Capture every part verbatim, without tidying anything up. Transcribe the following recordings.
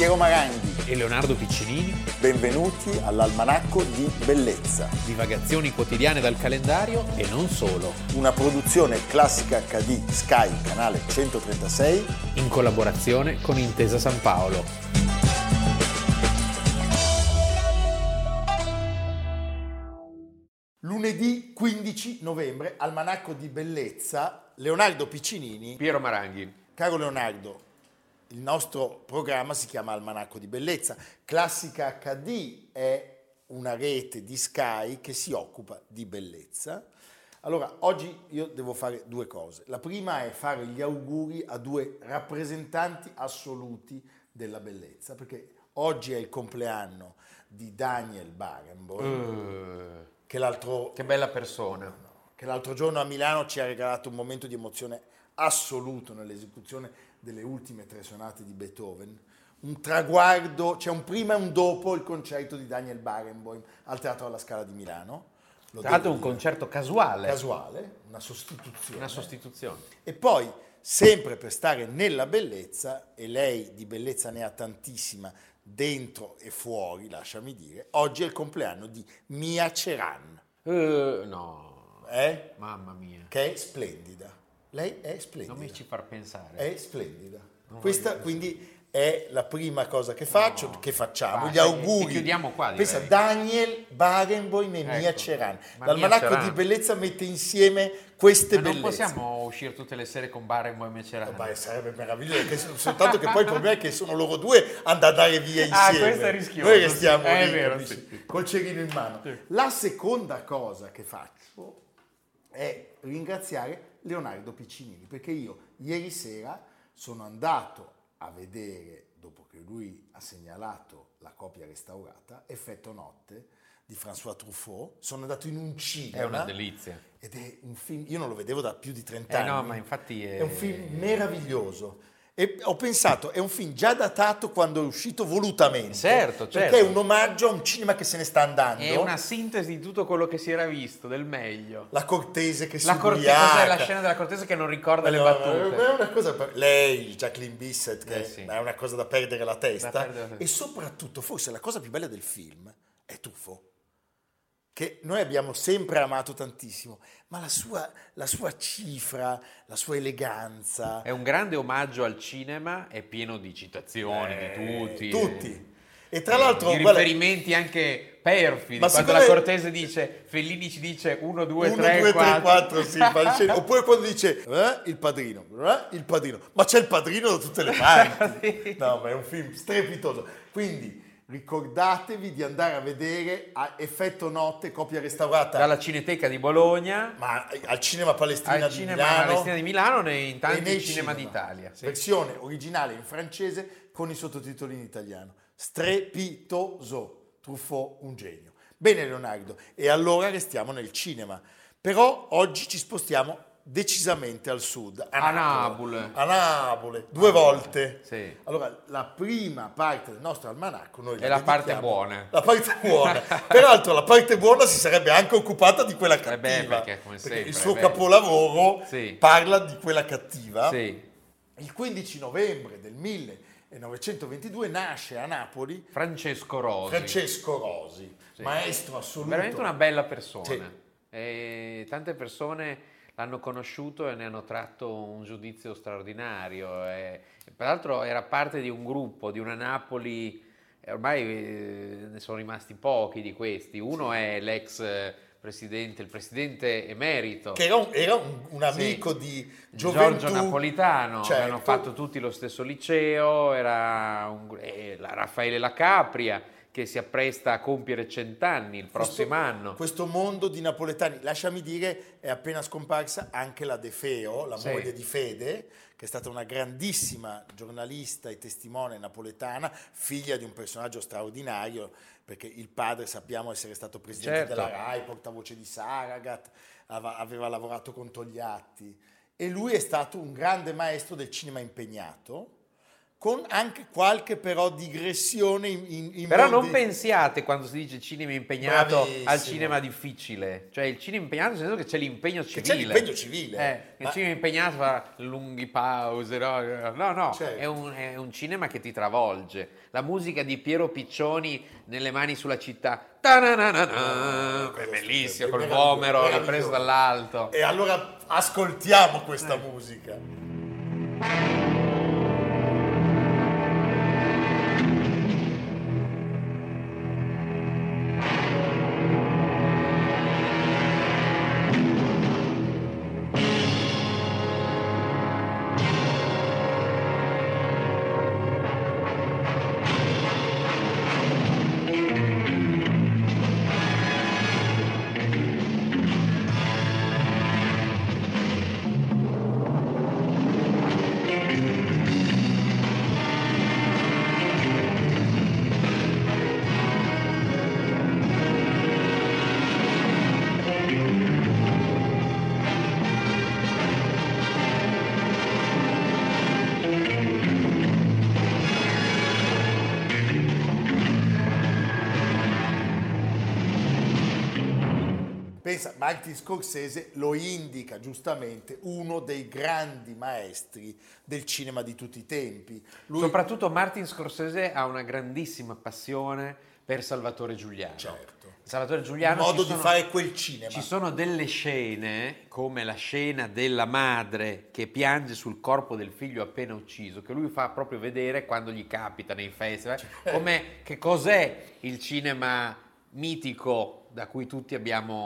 Piero Maranghi e Leonardo Piccinini. Benvenuti all'Almanacco di Bellezza. Divagazioni quotidiane dal calendario e non solo. Una produzione Classica acca di Sky, canale centotrentasei. In collaborazione con Intesa San Paolo. Lunedì quindici novembre, Almanacco di Bellezza, Leonardo Piccinini. Piero Maranghi. Caro Leonardo, il nostro programma si chiama Almanacco di Bellezza. Classica acca di è una rete di Sky che si occupa di bellezza. Allora, oggi io devo fare due cose. La prima è fare gli auguri a due rappresentanti assoluti della bellezza, perché oggi è il compleanno di Daniel Barenboim, Uh, che l'altro... che bella persona. che l'altro giorno a Milano ci ha regalato un momento di emozione assoluto nell'esecuzione delle ultime tre sonate di Beethoven. Un traguardo, c'è un prima e un dopo il concerto di Daniel Barenboim al Teatro alla Scala di Milano. Lo Tra l'altro devo un dire. concerto casuale. Casuale, una sostituzione. Una sostituzione. E poi, sempre per stare nella bellezza, e lei di bellezza ne ha tantissima, dentro e fuori, lasciami dire, oggi è il compleanno di Mia Ceran. Uh, no. Eh? Mamma mia. Che è splendida. Lei è splendida. Non mi ci far pensare. È splendida. Non Questa voglio quindi è la prima cosa che faccio, No. che facciamo, Basta, gli auguri. e chiudiamo qua, direi. Pensa, Daniel Barenboim e Mia Ecco. Ceran. Ma L'Almanacco Mia di Ceran. Bellezza mette insieme queste Ma non bellezze. possiamo uscire tutte le sere con Barenboim e Ceran. Beh, sarebbe meraviglioso, che soltanto che poi il problema è che sono loro due ad andare via Ah, insieme. questo è rischioso, Noi restiamo sì. È lì, vero, capisci? sì, sì. Col cerino in mano. Sì. La seconda cosa che faccio è ringraziare Leonardo Piccinini, perché io ieri sera sono andato a vedere, dopo che lui ha segnalato la copia restaurata, Effetto Notte di François Truffaut. Sono andato in un cinema. È una delizia. Ed è un film, io non lo vedevo da più di trent'anni. Eh no, ma infatti è... È un film meraviglioso. E ho pensato, è un film già datato quando è uscito volutamente. Certo, certo. Perché è un omaggio a un cinema che se ne sta andando. È una sintesi di tutto quello che si era visto, del meglio. La Cortese che si La corte- ubriaca. cos'è la scena della Cortese che non ricorda le No, battute? È una cosa per... Lei, Jacqueline Bisset, che Eh sì. è una cosa da perdere la testa. Da perdere la testa. E soprattutto, forse la cosa più bella del film è Truffaut, che noi abbiamo sempre amato tantissimo, ma la sua, la sua cifra, la sua eleganza... È un grande omaggio al cinema, è pieno di citazioni Eh, di tutti. tutti. E, E tra l'altro... di guarda, riferimenti anche perfidi. Ma Quando secondo la me- Cortese dice, Fellini ci dice uno, due, uno, tre, due, tre, quattro. quattro, sì, fa il scena. Oppure quando dice eh, il padrino, eh, il padrino, ma c'è il padrino da tutte le parti. Sì. No, ma è un film strepitoso. Quindi ricordatevi di andare a vedere a Effetto Notte, copia restaurata, Dalla Cineteca di Bologna ma al Cinema Palestrina al di Cinema Milano. Palestina di Milano e in e tanti nei cinema, cinema. d'Italia. Sì. Versione originale in francese con i sottotitoli in italiano. Strepitoso. Truffaut, un genio. Bene Leonardo, e allora restiamo nel cinema. Però oggi ci spostiamo decisamente al sud, a, A Napoli. Napoli. A Napoli, due volte. Sì. Allora, la prima parte del nostro almanacco noi È la parte dedichiamo- buona. La parte buona. Peraltro la parte buona si sarebbe anche occupata di quella cattiva. beh, perché come sempre, il suo beh. capolavoro Sì. parla di quella cattiva. Sì. Il quindici novembre del millenovecentoventidue nasce a Napoli Francesco Rosi. Francesco Rosi, Sì. maestro assoluto. Veramente una bella persona. Sì. E tante persone l'hanno conosciuto e ne hanno tratto un giudizio straordinario. E, e peraltro era parte di un gruppo, di una Napoli, e ormai eh, ne sono rimasti pochi di questi. Uno è l'ex eh, presidente, il presidente emerito. Che era un, era un- un amico Sì. di gioventù. Giorgio Napolitano, Certo. hanno fatto tutti lo stesso liceo, era un- eh, la Raffaele La Capria che si appresta a compiere cent'anni il prossimo Questo- anno. Questo mondo di napoletani, lasciami dire, è appena scomparsa anche la De Feo, la Sì. moglie di Fede, che è stata una grandissima giornalista e testimone napoletana, figlia di un personaggio straordinario, perché il padre sappiamo essere stato presidente Certo. della RAI, portavoce di Saragat, ava- aveva lavorato con Togliatti, e lui è stato un grande maestro del cinema impegnato, con anche qualche però digressione in, in, in Però mondi... non pensiate, quando si dice cinema impegnato, Bravissimo. al cinema difficile. Cioè il cinema impegnato nel senso che c'è l'impegno Che civile. c'è l'impegno civile. Eh, Ma- il cinema impegnato fa lunghi pause, no, no, no, Certo. è, un, è un cinema che ti travolge. La musica di Piero Piccioni, Nelle mani sulla città, ta-na-na-na-na, cosa è bellissimo, stupenda, col è vomero meraviglioso. ripreso dall'alto. E allora ascoltiamo questa musica. Pensa, Martin Scorsese lo indica giustamente uno dei grandi maestri del cinema di tutti i tempi. Lui, Soprattutto Martin Scorsese ha una grandissima passione per Salvatore Giuliano. certo, Salvatore il Giuliano modo ci di sono- fare quel cinema. Ci sono delle scene, come la scena della madre che piange sul corpo del figlio appena ucciso, che lui fa proprio vedere quando gli capita nei festival, come che cos'è il cinema mitico da cui tutti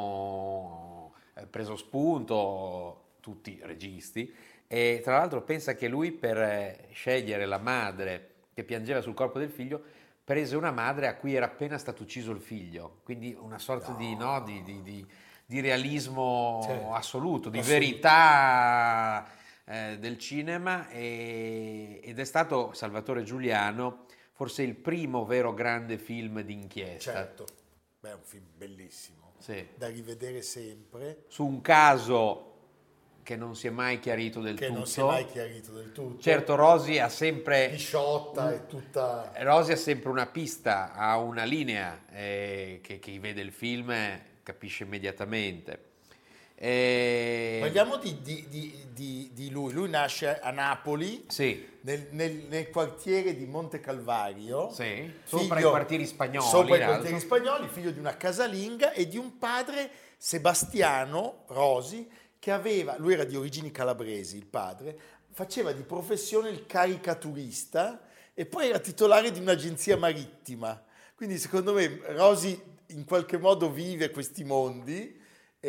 abbiamo eh, preso spunto, tutti registi, e tra l'altro pensa che lui per eh, scegliere la madre che piangeva sul corpo del figlio prese una madre a cui era appena stato ucciso il figlio, quindi una sorta di, no, di, di- di- di realismo Certo. assoluto, di Assoluto. verità eh, del cinema, e- ed è stato Salvatore Giuliano forse il primo vero grande film d'inchiesta. Certo, beh, è un film bellissimo, Sì. da rivedere sempre, Su un caso che non si è mai chiarito del che tutto. non si è mai chiarito del tutto. Certo, Rosi ha sempre... Pisciotta e tutta... Rosi ha sempre una pista, ha una linea eh, che chi vede il film capisce immediatamente. E- Parliamo di, di- di- di- di lui, lui nasce a Napoli, Sì, nel, nel- nel quartiere di Monte Calvario, sì, sopra figlio- i quartieri spagnoli. sopra i in quartieri alto. spagnoli, figlio di una casalinga e di un padre, Sebastiano Rosi, che aveva, lui era di origini calabresi, il padre, faceva di professione il caricaturista e poi era titolare di un'agenzia marittima. Quindi secondo me Rosi in qualche modo vive questi mondi,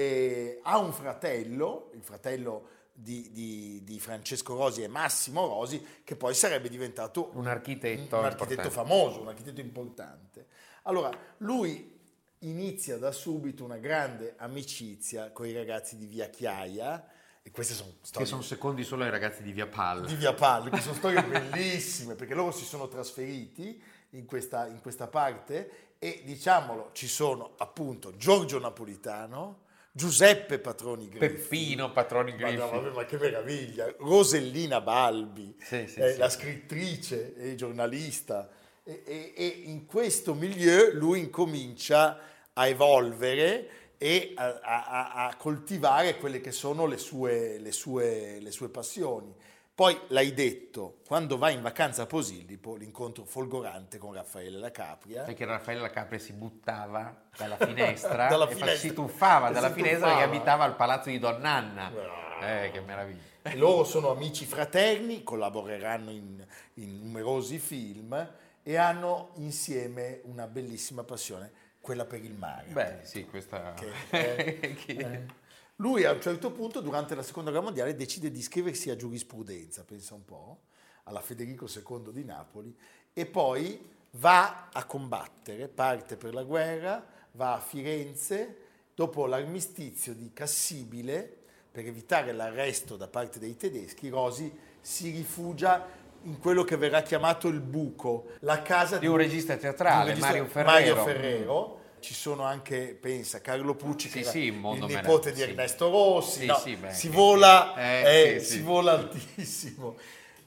e ha un fratello, il fratello di, di- di Francesco Rosi è Massimo Rosi, che poi sarebbe diventato Un architetto un architetto importante. famoso, un architetto importante. Allora, lui inizia da subito una grande amicizia con i ragazzi di Via Chiaia, e queste sono Che storie sono secondi solo ai ragazzi di Via Palla. di Via Pallo, che sono storie bellissime, perché loro si sono trasferiti in questa, in questa parte e, diciamolo, ci sono appunto Giorgio Napolitano, Giuseppe Patroni Griffi, Peppino Patroni ma, no, Griffi. vabbè, ma che meraviglia, Rosellina Balbi, Sì, sì, eh, sì. la scrittrice e giornalista, e, e- e in questo milieu lui incomincia a evolvere e a, a- a- a coltivare quelle che sono le sue, le sue- le sue passioni. Poi l'hai detto, quando vai in vacanza a Posillipo, l'incontro folgorante con Raffaele La Capria. Perché Raffaele La Capria si buttava dalla finestra, Dalla e fa- finestra. si tuffava E dalla si finestra tuffava. perché abitava al palazzo di Donnanna. Bravo. Eh, che meraviglia. E loro sono amici fraterni, collaboreranno in, in numerosi film e hanno insieme una bellissima passione, quella per il mare. Beh, sì, questa... Che è- Che- eh. Lui a un certo punto, durante la seconda guerra mondiale, decide di iscriversi a giurisprudenza, pensa un po', alla Federico secondo di Napoli, e poi va a combattere, parte per la guerra, va a Firenze, dopo l'armistizio di Cassibile, per evitare l'arresto da parte dei tedeschi, Rosi si rifugia in quello che verrà chiamato il buco, la casa Di un regista teatrale, di un regista- Mario Ferrero. Mario Ferrero. Ci sono anche, pensa, Carlo Pucci, Sì, che era sì, il mondo il mera- nipote di sì. Ernesto Rossi, Sì, no, sì, beh, si che- vola, eh, eh, sì, si sì. vola altissimo.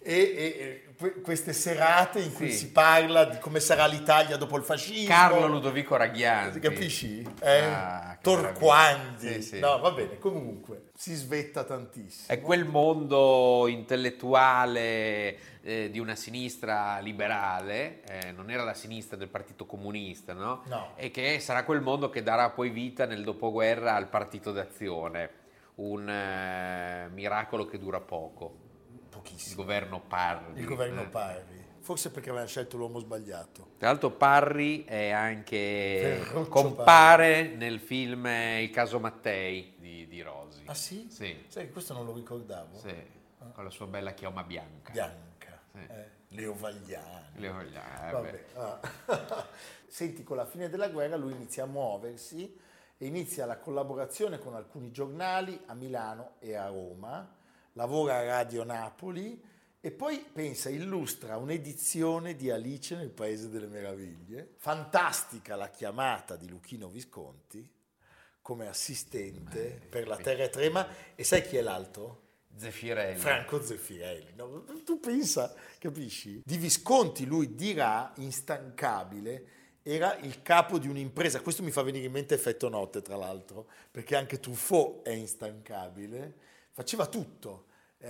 e, e, e queste serate in cui Sì. si parla di come sarà l'Italia dopo il fascismo. Carlo Ludovico Ragghianti. Capisci? Eh? Ah, che Torquandi. meraviglia. Sì, sì. No, va bene, comunque si svetta tantissimo. È quel mondo intellettuale eh, di una sinistra liberale, eh, non era la sinistra del Partito Comunista, no? No. E che sarà quel mondo che darà poi vita nel dopoguerra al Partito d'Azione, un eh, miracolo che dura poco. Il Pochissimo. governo Parri. Il governo eh. Parri. Forse perché aveva scelto l'uomo sbagliato. Tra l'altro Parri è anche Ferruccio compare nel film Il caso Mattei di, di Rosi. Ah sì? Sì. Sai che questo non lo ricordavo. Sì, con la sua bella chioma bianca. Bianca. Sì. Eh, Leo Vagliani. Le vogliamo, eh, Vabbè, beh. ah. Senti, con la fine della guerra lui inizia a muoversi e inizia la collaborazione con alcuni giornali a Milano e a Roma, lavora a Radio Napoli e poi pensa, illustra un'edizione di Alice nel Paese delle Meraviglie. Fantastica la chiamata di Luchino Visconti come assistente Beh, per la sì. Terra Trema. E sai chi è l'altro? Zeffirelli. Franco Zeffirelli. No? Tu pensa, capisci? Di Visconti lui dirà, instancabile, era il capo di un'impresa. Questo mi fa venire in mente Effetto Notte, tra l'altro, perché anche Truffaut è instancabile. Faceva tutto.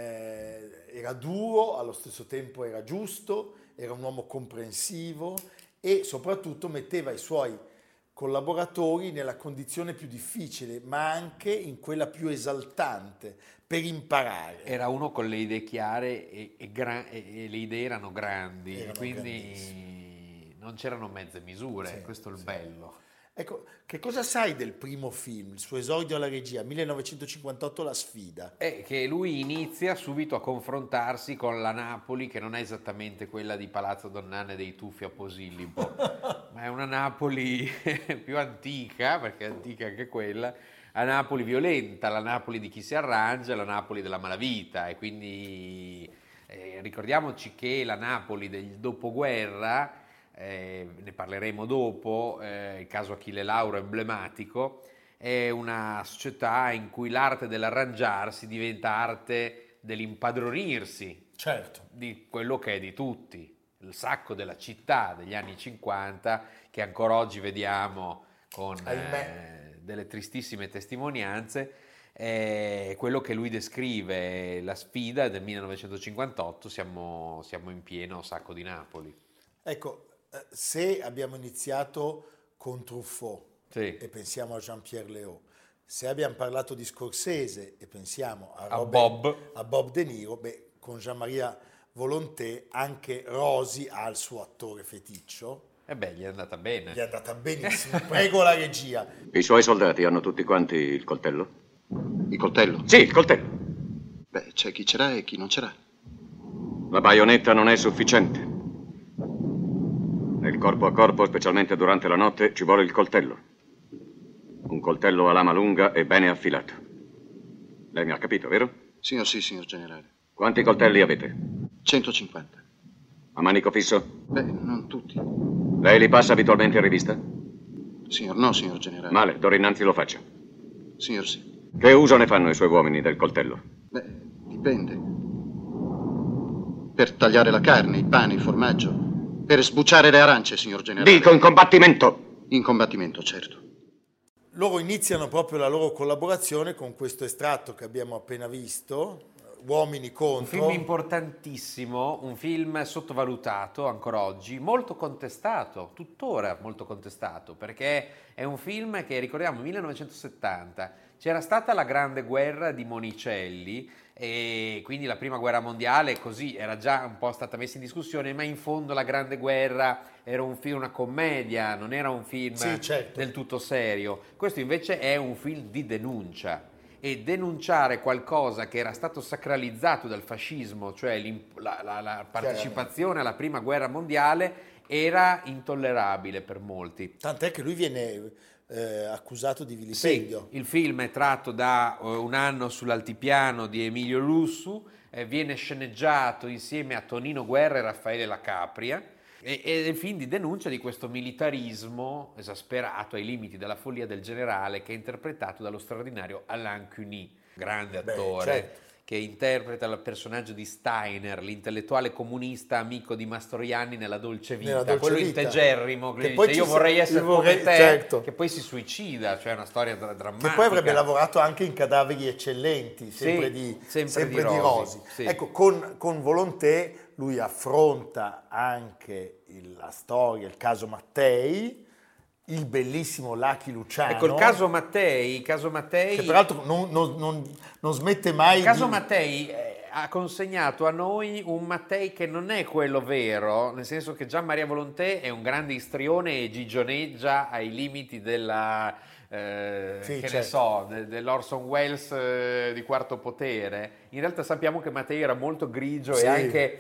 Eh, era duro, allo stesso tempo era giusto, era un uomo comprensivo e soprattutto metteva i suoi collaboratori nella condizione più difficile, ma anche in quella più esaltante, per imparare. Era uno con le idee chiare e, e, gra- e- e le idee erano grandi, Erano quindi grandissime. non c'erano mezze misure, Sì, questo è il sì. bello. Ecco, che cosa sai del primo film, il suo esordio alla regia, millenovecentocinquantotto, La sfida? È che lui inizia subito a confrontarsi con la Napoli, che non è esattamente quella di Palazzo Donnane dei Tuffi a Posillipo, ma è una Napoli più antica, perché è antica anche quella, la Napoli violenta, la Napoli di chi si arrangia, la Napoli della malavita. E quindi eh, ricordiamoci che la Napoli del dopoguerra, eh, ne parleremo dopo, eh, il caso Achille Lauro emblematico, è una società in cui l'arte dell'arrangiarsi diventa arte dell'impadronirsi Certo. di quello che è di tutti, il sacco della città degli anni cinquanta che ancora oggi vediamo con eh, delle tristissime testimonianze. È quello che lui descrive, la sfida del millenovecentocinquantotto, siamo, siamo in pieno sacco di Napoli. Ecco, eh, se abbiamo iniziato con Truffaut, Sì. e pensiamo a Jean-Pierre Léaud, se abbiamo parlato di Scorsese e pensiamo a, A Robert- Bob. a Bob De Niro, beh, con Jean-Maria Volonté anche Rosi ha il suo attore feticcio, E beh, gli è andata bene. gli è andata benissimo, prego la regia. I suoi soldati hanno tutti quanti il coltello? Il coltello? Sì, il coltello. Beh, c'è chi ce l'ha e chi non ce l'ha. La baionetta non è sufficiente. Nel corpo a corpo, specialmente durante la notte, ci vuole il coltello. Un coltello a lama lunga e bene affilato. Lei mi ha capito, vero? Signor sì, signor generale. Quanti coltelli avete? centocinquanta. A manico fisso? Beh, non tutti. Lei li passa abitualmente in rivista? Signor no, signor generale. Male, d'ora innanzi lo faccia. Signor sì. Che uso ne fanno i suoi uomini del coltello? Beh, dipende. Per tagliare la carne, il pane, il formaggio. Per sbucciare le arance, signor generale. Dico in combattimento! In combattimento, certo. Loro iniziano proprio la loro collaborazione con questo estratto che abbiamo appena visto, Uomini Un contro. film importantissimo, un film sottovalutato ancora oggi, molto contestato, tuttora molto contestato, perché è un film che, ricordiamo, millenovecentosettanta, c'era stata la grande guerra di Monicelli e quindi la prima guerra mondiale così era già un po' stata messa in discussione, ma in fondo la grande guerra era un film, una commedia, non era un film Sì, certo. del tutto serio. Questo invece è un film di denuncia. E denunciare qualcosa che era stato sacralizzato dal fascismo, cioè la, la, la partecipazione alla prima guerra mondiale, era intollerabile per molti. Tant'è che lui viene eh, accusato di Sì, vilipendio. il film è tratto da uh, Un anno sull'altipiano di Emilio Lussu, eh, viene sceneggiato insieme a Tonino Guerra e Raffaele La Capria, e, e è il film di denuncia di questo militarismo esasperato ai limiti della follia del generale, che è interpretato dallo straordinario Alain Cuny, grande Beh, attore, certo. che interpreta il personaggio di Steiner, l'intellettuale comunista amico di Mastroianni nella Dolce Vita, Nella Dolce quello Vita. integerrimo, che Che dice poi io ci vorrei sa- essere io vorrei- come te, certo. che poi si suicida, cioè è una storia dra- drammatica. Che poi avrebbe lavorato anche in Cadaveri eccellenti, sempre, Sì, di, sempre sempre di di Rosi, Rosi. sì. Ecco, con, con Volonté lui affronta anche il- la storia, il caso Mattei, il bellissimo Lucky Luciano. Ecco, il caso Mattei, il caso Mattei, che peraltro non, non- non- non smette mai il caso di... Mattei eh, ha consegnato a noi un Mattei che non è quello vero, nel senso che Gian Maria Volonté è un grande istrione e gigioneggia ai limiti della, eh, Sì, che ne certo. so, de- dell'Orson Welles eh, di Quarto Potere. In realtà sappiamo che Mattei era molto grigio Sì. e anche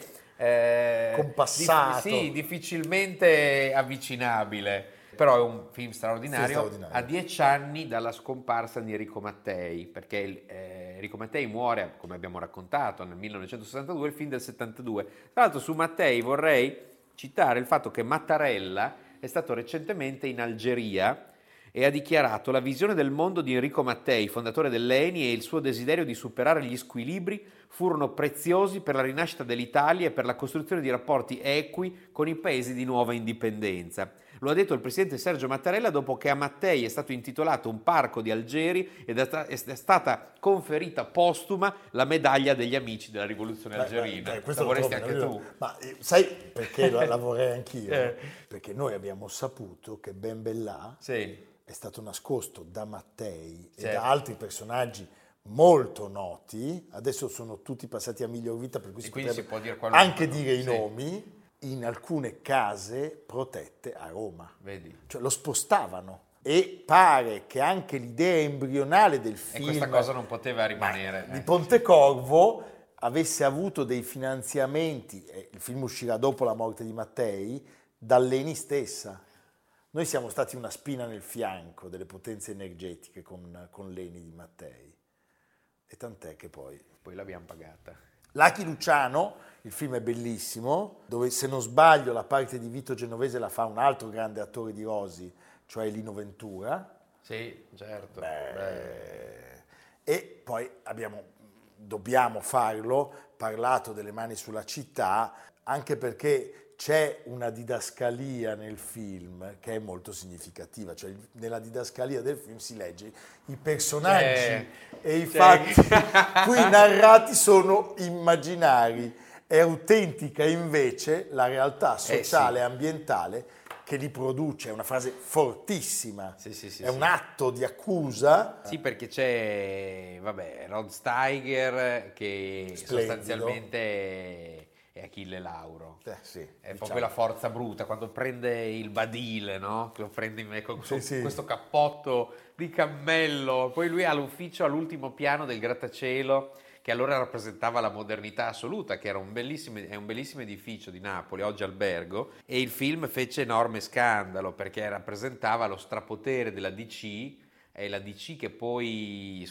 eh, Compassato. dif- sì, difficilmente avvicinabile. Però è un film straordinario, Sì, straordinario. a dieci anni dalla scomparsa di Enrico Mattei, perché eh, Enrico Mattei muore, come abbiamo raccontato, nel millenovecentosessantadue, il film del settantadue. Tra l'altro su Mattei vorrei citare il fatto che Mattarella è stato recentemente in Algeria e ha dichiarato: la visione del mondo di Enrico Mattei, fondatore dell'E N I, e il suo desiderio di superare gli squilibri furono preziosi per la rinascita dell'Italia e per la costruzione di rapporti equi con i paesi di nuova indipendenza. Lo ha detto il presidente Sergio Mattarella dopo che a Mattei è stato intitolato un parco di Algeri ed è stata conferita postuma la medaglia degli amici della rivoluzione Beh, algerina. beh, questo La lo vorresti trovo anche tu? meraviglioso. Ma eh, sai perché la, la vorrei anch'io? Eh. Perché noi abbiamo saputo che Ben Bellà Sì. è stato nascosto da Mattei e Certo. da altri personaggi molto noti, adesso sono tutti passati a miglior vita, per cui E si quindi potrebbe si può dire qualunque, anche no? dire i Sì. nomi, in alcune case protette a Roma. Vedi. Cioè lo spostavano. E pare che anche l'idea embrionale del E film questa cosa non poteva rimanere. di eh. Pontecorvo avesse avuto dei finanziamenti, e il film uscirà dopo la morte di Mattei, dall'E N I stessa. Noi siamo stati una spina nel fianco delle potenze energetiche con, con l'E N I di Mattei. E tant'è che poi... Poi l'abbiamo pagata. Lucky Luciano, il film è bellissimo, dove se non sbaglio la parte di Vito Genovese la fa un altro grande attore di Rosi, cioè Lino Ventura. Sì, certo. Beh, Beh. E poi abbiamo, dobbiamo farlo, parlato delle mani sulla città, anche perché c'è una didascalia nel film che è molto significativa, cioè nella didascalia del film si legge i personaggi C'è- e i c'è- fatti qui narrati sono immaginari, è autentica invece la realtà sociale e sì. ambientale che li produce, è una frase fortissima, Sì, sì, sì, è sì. un atto di accusa. Sì, perché c'è, vabbè, Rod Steiger che Splendido. sostanzialmente è Achille Lauro. Eh, sì, È diciamo. proprio la forza bruta, quando prende il badile, no? Che lo prende in me con Sì, questo, sì. questo cappotto di cammello. Poi lui ha l'ufficio all'ultimo piano del grattacielo, che allora rappresentava la modernità assoluta, che era un bellissimo, è un bellissimo edificio di Napoli, oggi albergo, e il film fece enorme scandalo perché rappresentava lo strapotere della D C, è la D C che poi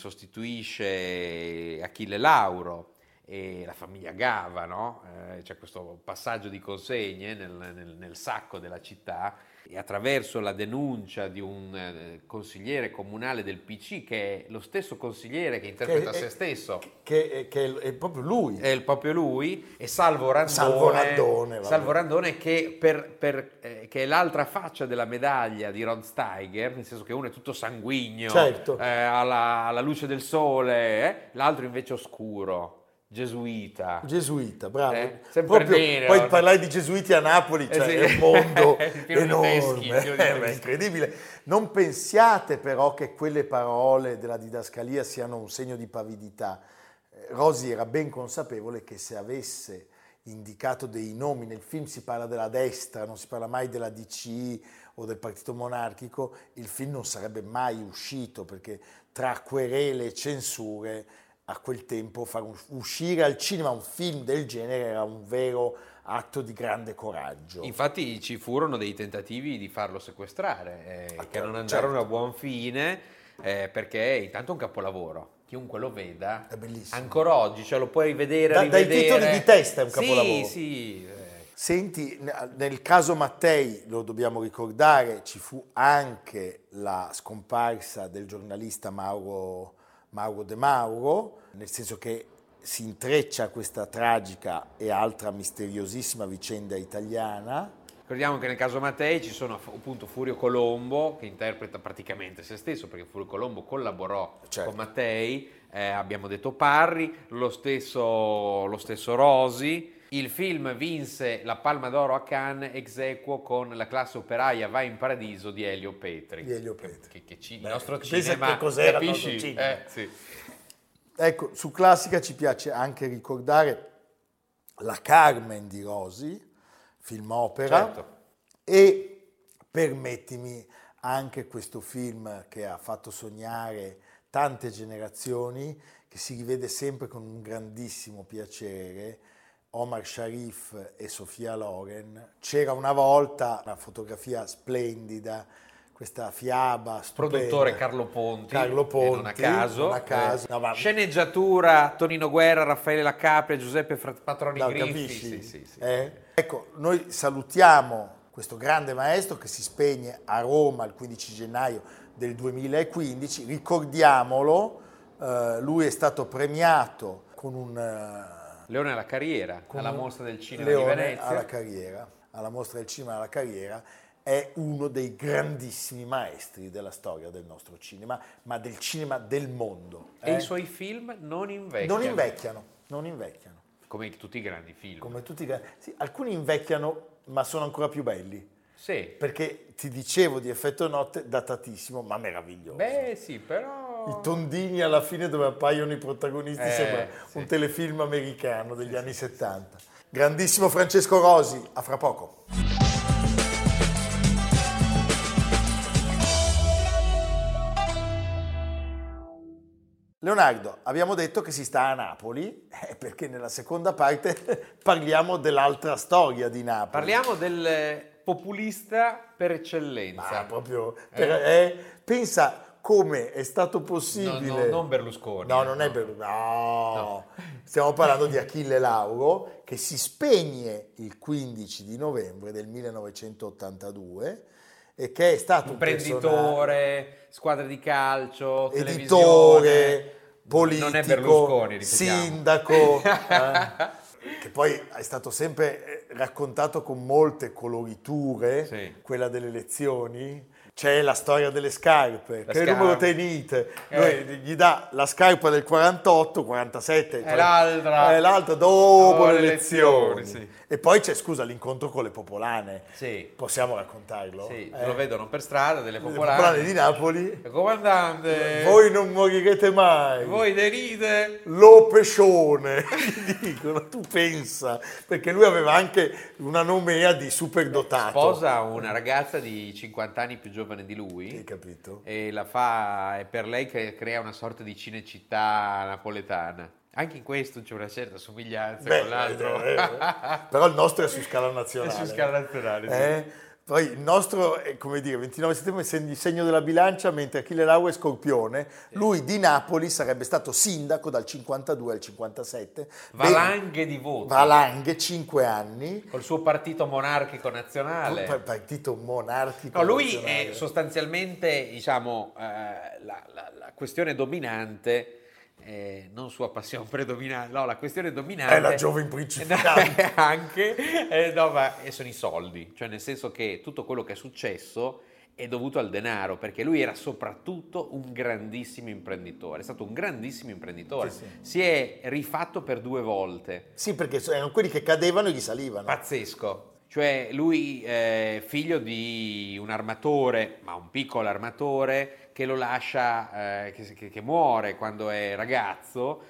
sostituisce Achille Lauro e la famiglia Gava, no? Eh, c'è questo passaggio di consegne nel, nel- nel sacco della città e attraverso la denuncia di un eh, consigliere comunale del P C, che è lo stesso consigliere che interpreta Che è- se stesso, Che, che è proprio lui. è il- proprio lui, e Salvo Randone, Salvo Randone, vabbè. Salvo Randone che, per, per, eh, che è l'altra faccia della medaglia di Rod Steiger, nel senso che uno è tutto sanguigno, Certo. eh, alla, alla luce del sole, eh, l'altro invece oscuro, gesuita. Gesuita, bravo. Eh, sempre Proprio, nero. poi parlare di gesuiti a Napoli, Eh cioè, sì. è un mondo Pieno di enorme, teschi, pieno di eh, teschi. ma è incredibile. Non pensiate però che quelle parole della didascalia siano un segno di pavidità. Eh, Rosi era ben consapevole che se avesse indicato dei nomi, nel film si parla della destra, non si parla mai della D C o del partito monarchico, il film non sarebbe mai uscito, perché tra querele e censure a quel tempo far uscire al cinema un film del genere era un vero atto di grande coraggio. Infatti ci furono dei tentativi di farlo sequestrare, eh, Ah, che non certo. andarono a buon fine, eh, perché intanto è un capolavoro. Chiunque lo veda, È bellissimo. ancora oggi, cioè lo puoi vedere, Da- dai rivedere. titoli di testa è un Sì, capolavoro. sì, eh. Senti, nel caso Mattei, lo dobbiamo ricordare, ci fu anche la scomparsa del giornalista Mauro, Mauro De Mauro, nel senso che si intreccia questa tragica e altra misteriosissima vicenda italiana. Ricordiamo che nel caso Mattei ci sono appunto Furio Colombo, che interpreta praticamente se stesso, perché Furio Colombo collaborò Certo. con Mattei, eh, abbiamo detto Parri, lo stesso, lo stesso Rosi. Il film vinse la Palma d'Oro a Cannes ex aequo con La classe operaia va in paradiso di Elio Petri. Di Elio Petri. Che, che ci, Beh, il nostro pensa cinema, che cos'era il capisci? nostro cinema. Eh, sì. Ecco, su Classica ci piace anche ricordare La Carmen di Rosi, film opera, Certo. e permettimi anche questo film che ha fatto sognare tante generazioni, che si rivede sempre con un grandissimo piacere, Omar Sharif e Sofia Loren. C'era una volta, una fotografia splendida, questa fiaba stupenda. Produttore Carlo Ponti, Carlo Ponti, e non a caso, non a caso. eh, No, ma- sceneggiatura Tonino Guerra, Raffaele Lacapria, Giuseppe Fra- Patroni No, Griffi. capisci? Sì, sì, sì. Eh? Ecco, noi salutiamo questo grande maestro che si spegne a Roma il quindici gennaio del duemilaquindici, ricordiamolo, eh, lui è stato premiato con un... eh, Leone alla carriera, con alla un mostra del cinema Leone di Venezia. alla carriera, alla mostra del cinema alla carriera, è uno dei grandissimi maestri della storia del nostro cinema, ma del cinema del mondo. E eh? i suoi film non invecchiano. Non invecchiano, non invecchiano. Come tutti i grandi film. Come tutti i gra- sì, alcuni invecchiano, ma sono ancora più belli. Sì. Perché ti dicevo di Effetto Notte, datatissimo, ma meraviglioso. Beh, sì, però... I tondini alla fine dove appaiono i protagonisti, Eh, sembra sì. un telefilm americano degli anni settanta. Grandissimo Francesco Rosi, a fra poco. Leonardo, abbiamo detto che si sta a Napoli, eh, perché nella seconda parte parliamo dell'altra storia di Napoli. Parliamo del populista per Ma eccellenza. proprio, per- eh, pensa come è stato possibile... No, no, non Berlusconi. No, eh, non è no. Berlusconi, no. Stiamo parlando di Achille Lauro, che si spegne il quindici di novembre del millenovecentottantadue e che è stato un personaggio- Imprenditore, squadre di calcio, editore, televisione. politico, Non è Berlusconi, ripetiamo. sindaco, eh, che poi è stato sempre eh, raccontato con molte coloriture, Sì. quella delle elezioni. C'è la storia delle scarpe, La che scarpa. numero tenite? Eh. Lui gli dà la scarpa del quarantotto, quarantasette, E l'altra- è l'altra dopo dopo le le elezioni. elezioni, sì. E poi c'è, scusa, l'incontro con le popolane. Sì. Possiamo raccontarlo? Sì, Eh? lo vedono per strada, delle Le popolari. popolane di Napoli. Comandante, Voi non morirete mai. voi deride. Lo pescione, gli dicono, tu pensa, perché lui aveva anche una nomea di superdotato. Sposa una ragazza di cinquanta anni più giovane di lui. Hai capito? E la fa, è per lei che crea una sorta di cinecittà napoletana. Anche in questo c'è una certa somiglianza Beh, con l'altro. eh, eh, però il nostro è su scala nazionale. È su scala nazionale, sì. Eh? Poi il nostro è, come dire, ventinove settembre è il segno della bilancia, mentre Achille Lauro è Scorpione. Lui di Napoli sarebbe stato sindaco dal cinquantadue al cinquantasette. Valanghe di voti. Valanghe, cinque anni. Col suo partito monarchico nazionale. Pa- Partito monarchico. No, lui nazionale. è sostanzialmente, diciamo, eh, la, la- la questione dominante, eh, non sua passione predominante, no, la questione dominante... È la Giovin Principiante. anche, eh, no, ma sono i soldi, cioè nel senso che tutto quello che è successo è dovuto al denaro, perché lui era soprattutto un grandissimo imprenditore, è stato un grandissimo imprenditore, Sì, sì. si è rifatto per due volte. Sì, perché erano quelli che cadevano e risalivano. Pazzesco. Cioè lui è figlio di un armatore, ma un piccolo armatore, che lo lascia, eh, che, che- che muore quando è ragazzo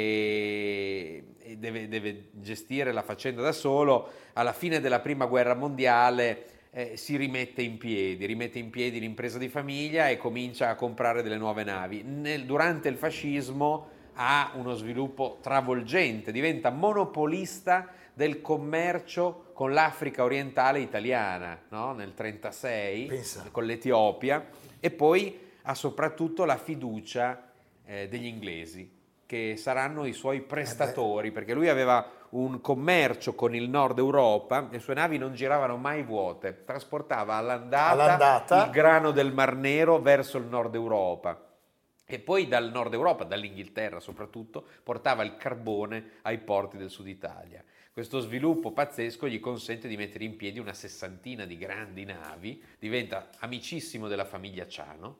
e, e deve, deve gestire la faccenda da solo. Alla fine della prima guerra mondiale eh, si rimette in piedi, rimette in piedi l'impresa di famiglia e comincia a comprare delle nuove navi. Nel- durante il fascismo ha uno sviluppo travolgente, diventa monopolista del commercio con l'Africa orientale italiana, no? Nel trentasei, Pensa. con l'Etiopia, e poi ha soprattutto la fiducia eh, degli inglesi, che saranno i suoi prestatori, perché lui aveva un commercio con il nord Europa, le sue navi non giravano mai vuote, trasportava all'andata, All'andata. il grano del Mar Nero verso il nord Europa. e poi dal nord Europa, dall'Inghilterra soprattutto, portava il carbone ai porti del sud Italia. Questo sviluppo pazzesco gli consente di mettere in piedi una sessantina di grandi navi, diventa amicissimo della famiglia Ciano,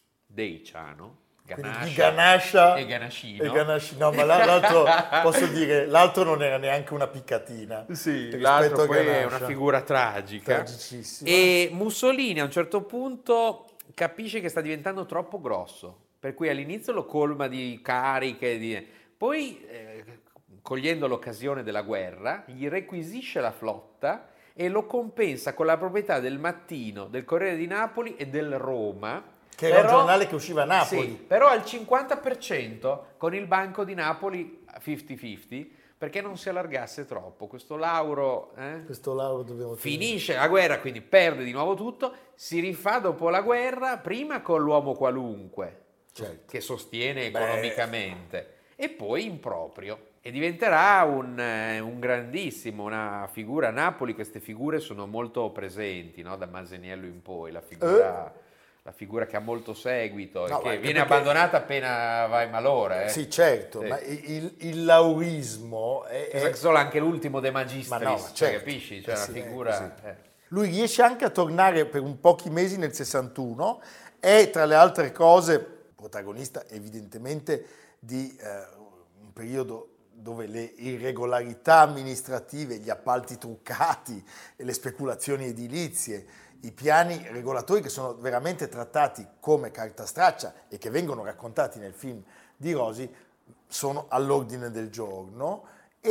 dei Ciano, Ganascia, di Ganascia e Ganascino. E Ganascino. No, ma l'altro, posso dire, l'altro non era neanche una piccatina. Sì, l'altro poi è una figura tragica. Tragicissima. E Mussolini a un certo punto capisce che sta diventando troppo grosso, per cui all'inizio lo colma di cariche, di... poi eh, cogliendo l'occasione della guerra, gli requisisce la flotta e lo compensa con la proprietà del Mattino, del Corriere di Napoli e del Roma. Che era però, un giornale che usciva a Napoli. Sì, però al cinquanta per cento con il Banco di Napoli cinquanta cinquanta, perché non si allargasse troppo. Questo Lauro, eh? Questo Lauro dobbiamo finisce la guerra, quindi perde di nuovo tutto, si rifà dopo la guerra, prima con l'uomo qualunque, certo, che sostiene economicamente, Beh. e poi in proprio. E diventerà un, un grandissimo, una figura a Napoli. Queste figure sono molto presenti, no? Da Masaniello in poi, la figura... Eh? La figura che ha molto seguito no, e che viene perché... abbandonata appena va in malora. Eh. Sì, certo, sì. Ma il, il laurismo è, è... solo anche l'ultimo De Magistris, ma no, certo. Capisci? Cioè, eh una sì, figura... Eh. Lui riesce anche a tornare per un pochi mesi nel sessantuno, è tra le altre cose protagonista evidentemente di eh, un periodo dove le irregolarità amministrative, gli appalti truccati e le speculazioni edilizie, i piani regolatori che sono veramente trattati come carta straccia e che vengono raccontati nel film di Rosi, sono all'ordine del giorno,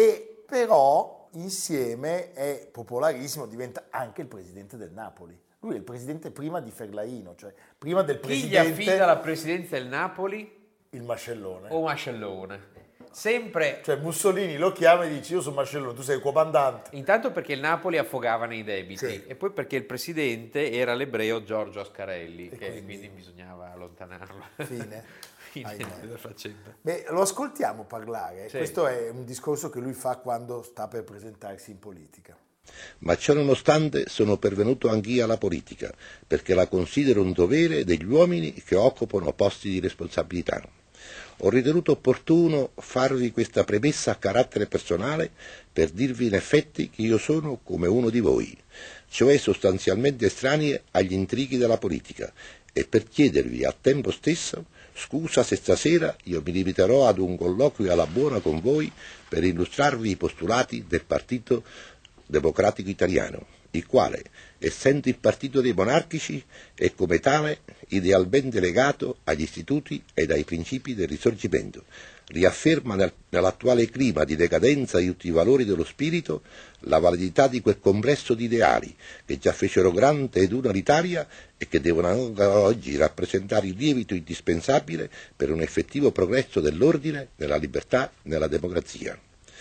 e però insieme è popolarissimo, diventa anche il presidente del Napoli. Lui è il presidente prima di Ferlaino, cioè prima del presidente... Chi gli affida la presidenza del Napoli? Il Mascellone. O Mascellone. Sempre... Cioè Mussolini lo chiama e dice: io sono Mascellone, tu sei il comandante. Intanto perché il Napoli affogava nei debiti, sì. E poi perché il presidente era l'ebreo Giorgio Ascarelli, e che quindi... quindi bisognava allontanarlo. Fine. Fine della faccenda. Beh, lo ascoltiamo parlare, sì. Questo è un discorso che lui fa quando sta per presentarsi in politica. Ma ciò nonostante sono pervenuto anch'io alla politica, perché la considero un dovere degli uomini che occupano posti di responsabilità. Ho ritenuto opportuno farvi questa premessa a carattere personale per dirvi in effetti che io sono come uno di voi, cioè sostanzialmente estranei agli intrighi della politica, e per chiedervi a tempo stesso scusa se stasera io mi limiterò ad un colloquio alla buona con voi per illustrarvi i postulati del Partito Democratico Italiano, il quale, essendo il partito dei monarchici, è come tale idealmente legato agli istituti ed ai principi del Risorgimento, riafferma nel, nell'attuale clima di decadenza di tutti i valori dello spirito la validità di quel complesso di ideali che già fecero grande ed una l'Italia e che devono ancora oggi rappresentare il lievito indispensabile per un effettivo progresso dell'ordine, della libertà, nella democrazia.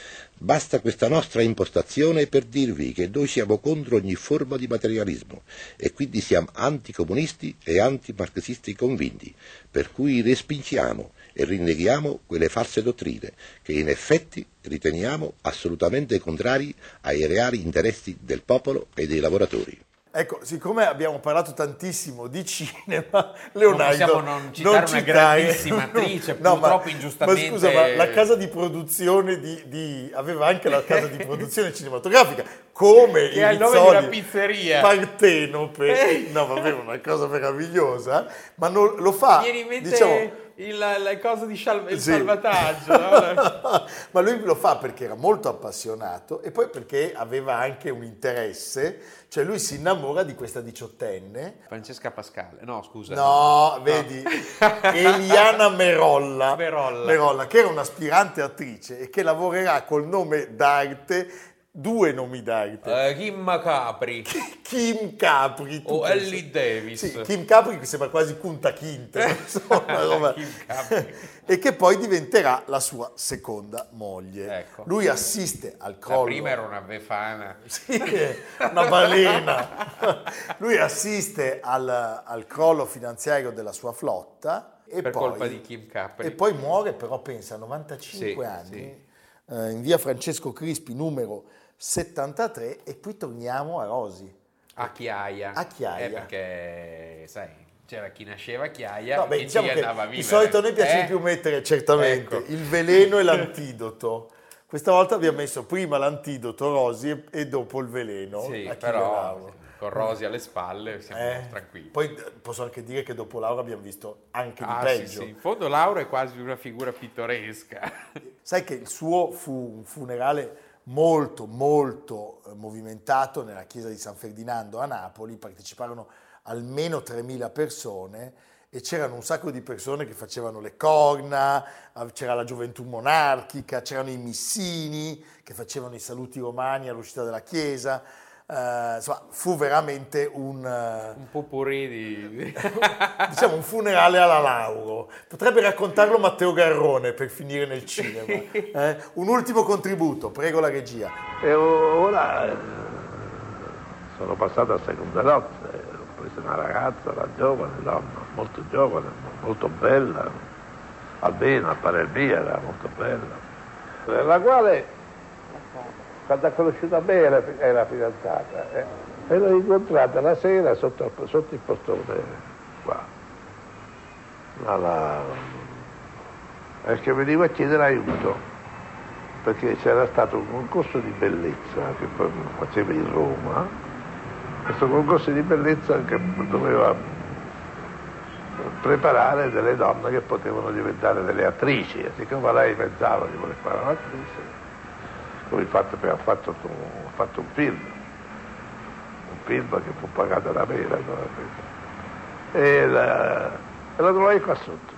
Basta questa nostra impostazione per dirvi che noi siamo contro ogni forma di materialismo e quindi siamo anticomunisti e antimarxisti convinti, per cui respingiamo e rinneghiamo quelle false dottrine che in effetti riteniamo assolutamente contrari ai reali interessi del popolo e dei lavoratori. Ecco, siccome abbiamo parlato tantissimo di cinema, Leonardo, non possiamo non citare non una grandissima attrice, no, purtroppo ma, ingiustamente... Ma scusa, ma la casa di produzione di, di aveva anche la casa di produzione cinematografica, come che ha il nome di una pizzeria. Partenope, no vabbè, una cosa meravigliosa, ma non, lo fa, viene in mente diciamo... Il, la cosa di sal- il sì. salvataggio, no? Ma lui lo fa perché era molto appassionato e poi perché aveva anche un interesse, cioè lui si innamora di questa diciottenne Francesca Pascale, no scusa no, no. vedi Eliana Merolla, Merolla Merolla che era un'aspirante attrice e che lavorerà col nome d'arte, due nomi d'arte, uh, Kim Capri Kim Capri o Ellie Davis. Sì, Kim Capri che sembra quasi Kunta Kinte insomma, roba. Kim Capri. E che poi diventerà la sua seconda moglie. Ecco. Lui assiste al crollo. La prima era una befana. Sì, una balena. Lui assiste al, al crollo finanziario della sua flotta e per poi, colpa di Kim Capri. E poi muore, però pensa a novantacinque sì, anni, sì. Eh, in via Francesco Crispi numero settantatré, e qui torniamo a Rosi. A Chiaia. A Chiaia. Eh, perché, sai, c'era chi nasceva a Chiaia No, beh, e diciamo chi che andava a vivere. di solito a noi piace Eh? di più mettere certamente Ecco. il veleno e l'antidoto. Questa volta abbiamo messo prima l'antidoto Rosi e, e dopo il veleno. Sì, Achille però Lauro. con Rosi alle spalle siamo Eh, tranquilli. Poi eh, posso anche dire che dopo Laura abbiamo visto anche di Ah, sì, peggio. sì. In fondo Laura è quasi una figura pittoresca. Sai che il suo fu un funerale molto molto eh, movimentato nella chiesa di San Ferdinando a Napoli, parteciparono almeno tremila persone e c'erano un sacco di persone che facevano le corna, c'era la gioventù monarchica, c'erano i missini che facevano i saluti romani all'uscita della chiesa. Uh, insomma, fu veramente un, uh, Un potpourri di... diciamo un funerale alla Lauro. Potrebbe raccontarlo Matteo Garrone per finire nel cinema. Eh? Un ultimo contributo, prego la regia. E ora eh, sono passato a seconda notte, ho preso una ragazza, una giovane donna, molto giovane, molto bella, almeno a parer mio era molto bella, la quale quando ha conosciuto me era, era fidanzata eh. E l'ho incontrata la sera sotto, sotto il portone qua, alla, perché venivo a chiedere aiuto perché c'era stato un concorso di bellezza che poi faceva in Roma, questo concorso di bellezza che doveva preparare delle donne che potevano diventare delle attrici, e siccome lei pensava di voler fare un'attrice, come fatto, ha fatto, ha fatto un film, un film che fu pagato da me, e la, e la trovai qua sotto.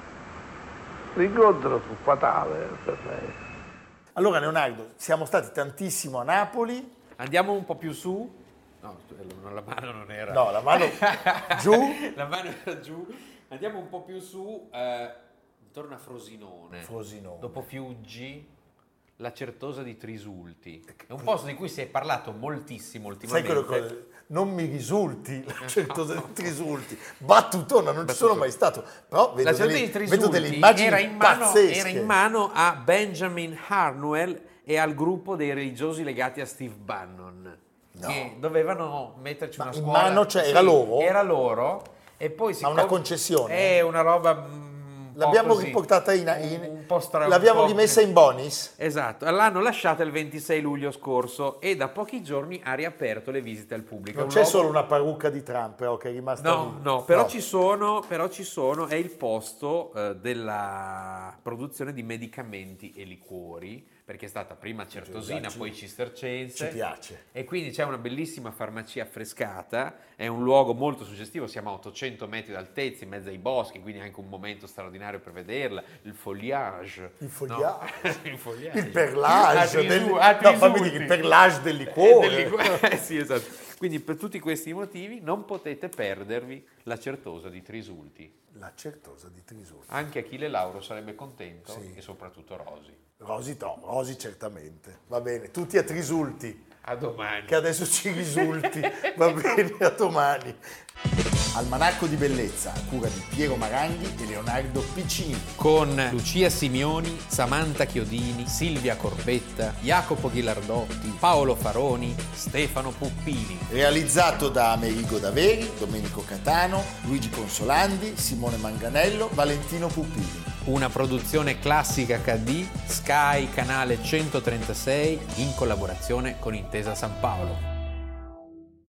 L'incontro fu fatale per lei. Allora Leonardo, siamo stati tantissimo a Napoli. Andiamo un po' più su. No, la mano non era... No, la mano giù. La mano era giù. Andiamo un po' più su, eh, intorno a Frosinone. Frosinone. Dopo Fiuggi, la Certosa di Trisulti. È un posto di cui si è parlato moltissimo ultimamente. Sai quello che non mi risulti la Certosa di Trisulti, battutona, non ci sono mai stato, però vedo, La Certosa delle, di Trisulti vedo delle immagini era in, mano, pazzesche. era in mano a Benjamin Harnwell e al gruppo dei religiosi legati a Steve Bannon, No. che dovevano metterci Ma una in scuola. mano, cioè, Sì, era loro? Era loro. E poi Ma una concessione? È una roba mm, un po' L'abbiamo così, riportata in, in un, un po' stra- l'abbiamo un po'- rimessa in bonus. Esatto, l'hanno lasciata il ventisei luglio scorso e da pochi giorni ha riaperto le visite al pubblico. Non Un c'è luogo- solo una parrucca di Trump, però, che è rimasta No, lì. no, però ci sono, però ci sono, è il posto eh, della produzione di medicamenti e liquori, perché è stata prima certosina, ci- poi cistercense. ci piace. E quindi c'è una bellissima farmacia affrescata, è un luogo molto suggestivo, siamo a ottocento metri d'altezza, in mezzo ai boschi, quindi anche un momento straordinario per vederla, il foliage. Il foliage. No, il foliage. Il perlage, A Trisu- del, a no, fammi Trisulti. dire, il perlage del Eh, liquore. del liquore, eh, sì, esatto. Quindi per tutti questi motivi non potete perdervi la Certosa di Trisulti. La Certosa di Trisulti. Anche Achille Lauro sarebbe contento, Sì. e soprattutto Rosi. Rosi no, Rosi certamente. Va bene, tutti a Trisulti, A domani. che adesso ci risulti. Va bene, a domani. Almanacco di bellezza, a cura di Piero Maranghi e Leonardo Piccini. Con Lucia Simioni, Samantha Chiodini, Silvia Corbetta, Jacopo Ghilardotti, Paolo Faroni, Stefano Puppini. Realizzato da Amerigo Daveri, Domenico Catano, Luigi Consolandi, Simone Manganello, Valentino Puppini. Una produzione classica acca di Sky Canale centotrentasei in collaborazione con Intesa San Paolo.